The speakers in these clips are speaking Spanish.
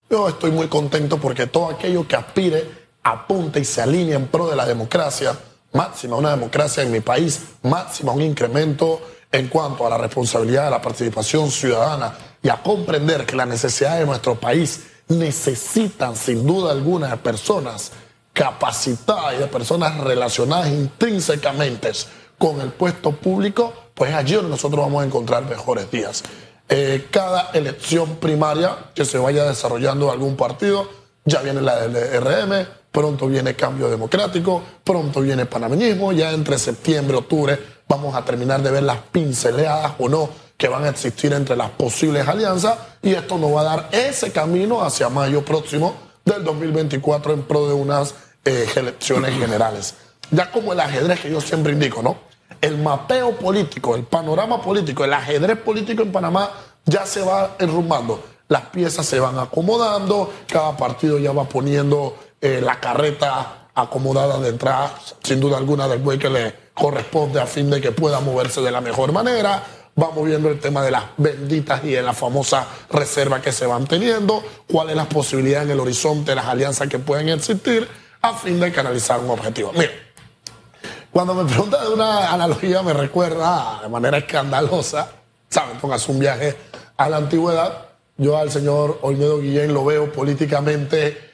Yo estoy muy contento porque todo aquello que aspire, apunte y se alinee en pro de la democracia, máxima una democracia en mi país, máxima un incremento en cuanto a la responsabilidad de la participación ciudadana y a comprender que las necesidades de nuestro país necesitan sin duda alguna de personas capacitadas y de personas relacionadas intrínsecamente con el puesto público, pues allí donde nosotros vamos a encontrar mejores días. Cada elección primaria que se vaya desarrollando algún partido, ya viene la del RM, pronto viene Cambio Democrático, pronto viene Panameñismo, ya entre septiembre, octubre vamos a terminar de ver las pinceladas o no que van a existir entre las posibles alianzas y esto nos va a dar ese camino hacia mayo próximo del 2024 en pro de unas elecciones generales. Ya como el ajedrez que yo siempre indico, ¿no? El mapeo político, el panorama político, el ajedrez político en Panamá ya se va enrumbando. Las piezas se van acomodando, cada partido ya va poniendo la carreta acomodada de entrada, sin duda alguna, del buey que le corresponde a fin de que pueda moverse de la mejor manera. Vamos viendo el tema de las benditas y de la famosa reserva que se van teniendo, cuáles las posibilidades en el horizonte de las alianzas que pueden existir a fin de canalizar un objetivo. Mira, cuando me pregunta de una analogía me recuerda de manera escandalosa, ¿saben? Póngase un viaje a la antigüedad. Yo al señor Olmedo Guillén lo veo políticamente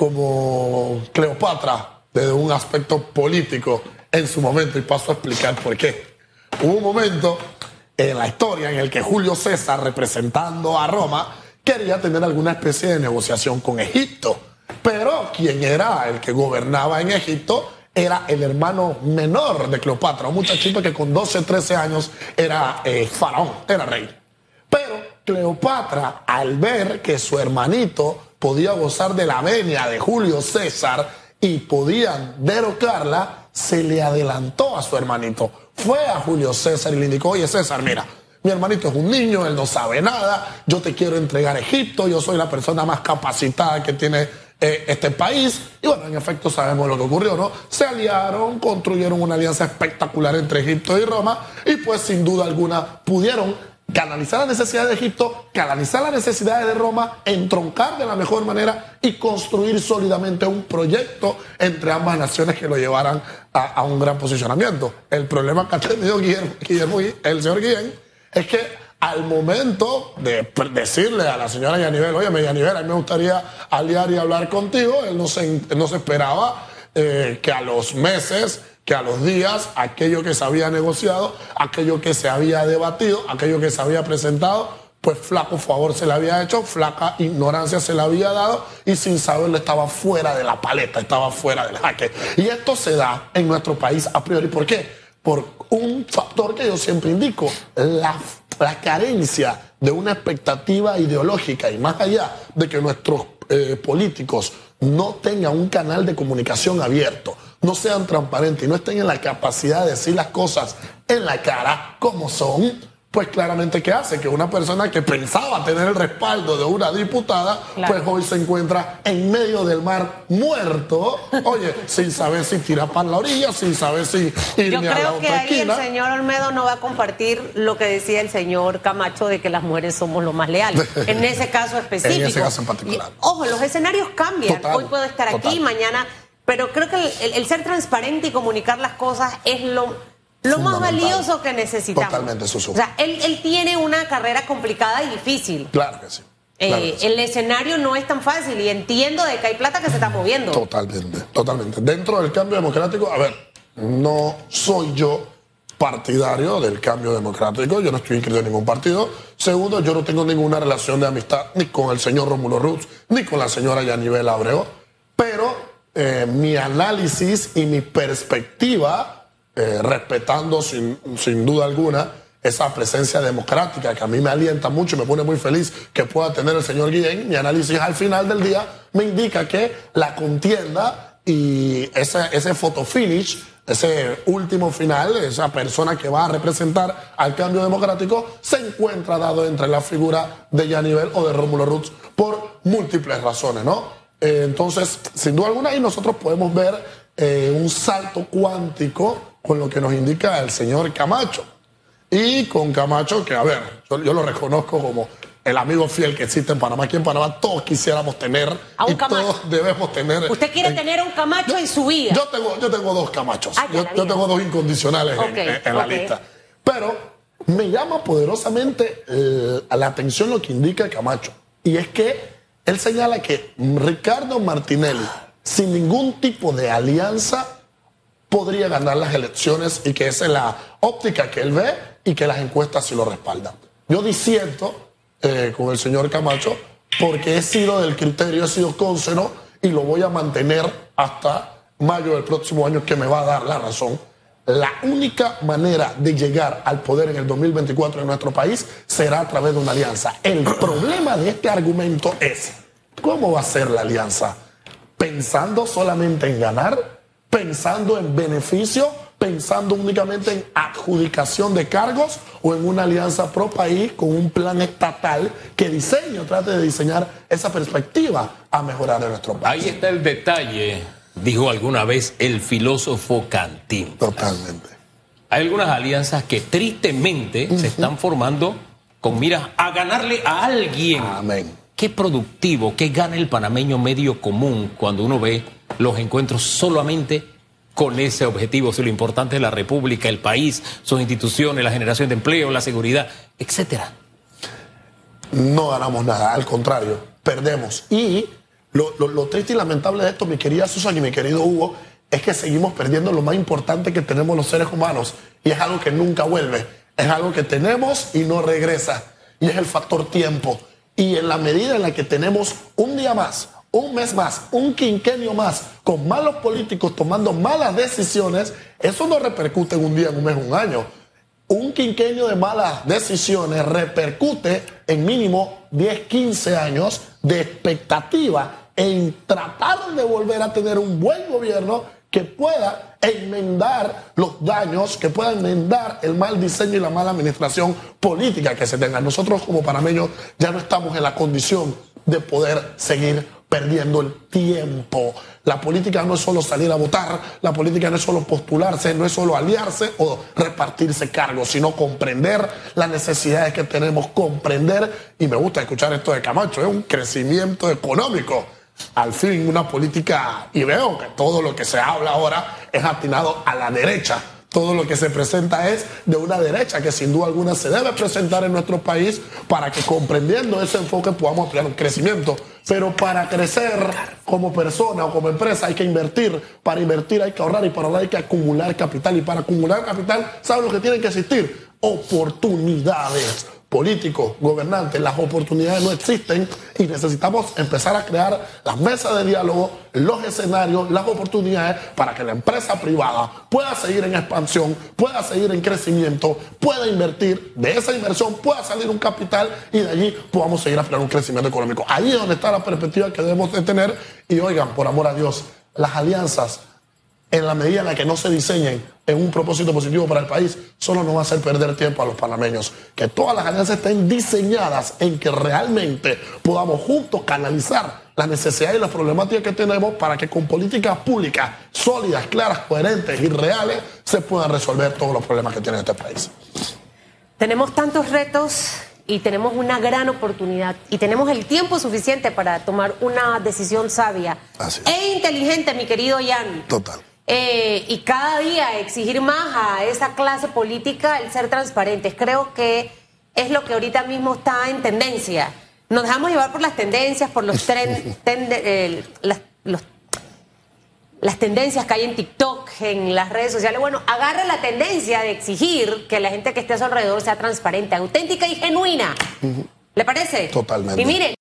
como Cleopatra desde un aspecto político en su momento y paso a explicar por qué. Hubo un momento en la historia en el que Julio César, representando a Roma, quería tener alguna especie de negociación con Egipto, pero quien era el que gobernaba en Egipto era el hermano menor de Cleopatra, un muchachito que con 12, 13 años era faraón, era rey. Pero Cleopatra, al ver que su hermanito podía gozar de la venia de Julio César y podían derrocarla, se le adelantó a su hermanito. Fue a Julio César y le indicó: oye César, mira, mi hermanito es un niño, él no sabe nada, yo te quiero entregar a Egipto, yo soy la persona más capacitada que tiene este país. Y bueno, en efecto sabemos lo que ocurrió, ¿no? Se aliaron, construyeron una alianza espectacular entre Egipto y Roma y pues sin duda alguna pudieron canalizar las necesidades de Egipto, canalizar las necesidades de Roma, entroncar de la mejor manera y construir sólidamente un proyecto entre ambas naciones que lo llevaran a un gran posicionamiento. El problema que ha tenido el señor Guillén es que al momento de decirle a la señora Yanivel: oye, Yanivel, a mí me gustaría aliar y hablar contigo, él no se esperaba que a los meses, que a los días, aquello que se había negociado, aquello que se había debatido, aquello que se había presentado, pues flaco favor se le había hecho, flaca ignorancia se le había dado y sin saberlo estaba fuera de la paleta, estaba fuera del jaque. Y esto se da en nuestro país a priori. ¿Por qué? Por un factor que yo siempre indico, la carencia de una expectativa ideológica y más allá de que nuestros políticos no tengan un canal de comunicación abierto, no sean transparentes y no estén en la capacidad de decir las cosas en la cara como son, pues claramente ¿qué hace? Que una persona que pensaba tener el respaldo de una diputada, claro, pues hoy se encuentra en medio del mar muerto, oye, sin saber si tirar para la orilla, sin saber si ir a la otra esquina. Yo creo que ahí el señor Olmedo no va a compartir lo que decía el señor Camacho de que las mujeres somos los más leales, en ese caso específico. En ese caso en particular. Y, ojo, los escenarios cambian. Total, hoy puedo estar aquí, mañana, pero creo que el ser transparente y comunicar las cosas es lo más valioso que necesitamos. Totalmente, Susu. O sea, él tiene una carrera complicada y difícil. Claro que sí. Claro que sí. El escenario no es tan fácil y entiendo de que hay plata que se está moviendo. Totalmente, totalmente. Dentro del cambio democrático, a ver, no soy yo partidario del cambio democrático, yo no estoy inscrito en ningún partido. Segundo, yo no tengo ninguna relación de amistad ni con el señor Rómulo Ruz, ni con la señora Yanivel Abreu, pero mi análisis y mi perspectiva, respetando sin duda alguna esa presencia democrática que a mí me alienta mucho y me pone muy feliz que pueda tener el señor Guillén, mi análisis al final del día me indica que la contienda y ese photo finish, ese último final, esa persona que va a representar al cambio democrático, se encuentra dado entre la figura de Yanivel o de Rómulo Ruz por múltiples razones, ¿no? Entonces, sin duda alguna, ahí nosotros podemos ver un salto cuántico con lo que nos indica el señor Camacho. Y con Camacho, que a ver, yo lo reconozco como el amigo fiel que existe en Panamá. Aquí en Panamá todos quisiéramos tener y todos debemos tener. ¿Usted quiere tener un Camacho en su vida? Yo tengo 2 Camachos. Yo tengo 2 incondicionales en la lista. Pero me llama poderosamente la atención lo que indica Camacho. Y es que él señala que Ricardo Martinelli, sin ningún tipo de alianza, podría ganar las elecciones y que esa es la óptica que él ve y que las encuestas sí lo respaldan. Yo disiento con el señor Camacho porque he sido del criterio, he sido cónseno y lo voy a mantener hasta mayo del próximo año, que me va a dar la razón. La única manera de llegar al poder en el 2024 en nuestro país será a través de una alianza. El problema de este argumento es, ¿cómo va a ser la alianza? ¿Pensando solamente en ganar? ¿Pensando en beneficio? ¿Pensando únicamente en adjudicación de cargos? ¿O en una alianza pro país con un plan estatal que diseñe o trate de diseñar esa perspectiva a mejorar en nuestro país? Ahí está el detalle, dijo alguna vez el filósofo Cantín. Totalmente. Hay algunas alianzas que tristemente se están formando con miras a ganarle a alguien. Amén. Qué productivo, qué gana el panameño medio común cuando uno ve los encuentros solamente con ese objetivo. Si lo importante es la república, el país, sus instituciones, la generación de empleo, la seguridad, etcétera. No ganamos nada, al contrario, perdemos. Y lo triste y lamentable de esto, mi querida Susan y mi querido Hugo, es que seguimos perdiendo lo más importante que tenemos los seres humanos, y es algo que nunca vuelve, es algo que tenemos y no regresa, y es el factor tiempo. Y en la medida en la que tenemos un día más, un mes más, un quinquenio más, con malos políticos tomando malas decisiones, eso no repercute en un día, en un mes, un año. Un quinquenio de malas decisiones repercute en mínimo 10, 15 años de expectativa en tratar de volver a tener un buen gobierno que pueda enmendar los daños, que pueda enmendar el mal diseño y la mala administración política que se tenga. Nosotros como panameños ya no estamos en la condición de poder seguir perdiendo el tiempo. La política no es solo salir a votar, la política no es solo postularse, no es solo aliarse o repartirse cargos, sino comprender las necesidades que tenemos, comprender, y me gusta escuchar esto de Camacho, es un crecimiento económico. Al fin una política, y veo que todo lo que se habla ahora es atinado a la derecha. Todo lo que se presenta es de una derecha que sin duda alguna se debe presentar en nuestro país para que, comprendiendo ese enfoque, podamos ampliar un crecimiento. Pero para crecer como persona o como empresa hay que invertir. Para invertir hay que ahorrar, y para ahorrar hay que acumular capital. Y para acumular capital, ¿saben lo que tienen que existir? Oportunidades. Políticos, gobernantes, las oportunidades no existen y necesitamos empezar a crear las mesas de diálogo, los escenarios, las oportunidades para que la empresa privada pueda seguir en expansión, pueda seguir en crecimiento, pueda invertir, de esa inversión pueda salir un capital y de allí podamos seguir ampliando un crecimiento económico. Ahí es donde está la perspectiva que debemos de tener. Y oigan, por amor a Dios, las alianzas, en la medida en la que no se diseñen en un propósito positivo para el país, solo nos va a hacer perder tiempo a los panameños. Que todas las alianzas estén diseñadas en que realmente podamos juntos canalizar las necesidades y las problemáticas que tenemos para que con políticas públicas sólidas, claras, coherentes y reales se puedan resolver todos los problemas que tiene este país. Tenemos tantos retos y tenemos una gran oportunidad y tenemos el tiempo suficiente para tomar una decisión sabia e inteligente, mi querido Jan. Total. Y cada día exigir más a esa clase política el ser transparentes. Creo que es lo que ahorita mismo está en tendencia. Nos dejamos llevar por las tendencias, por las tendencias que hay en TikTok, en las redes sociales. Bueno, agarre la tendencia de exigir que la gente que esté a su alrededor sea transparente, auténtica y genuina. ¿Le parece? Totalmente. Y mire,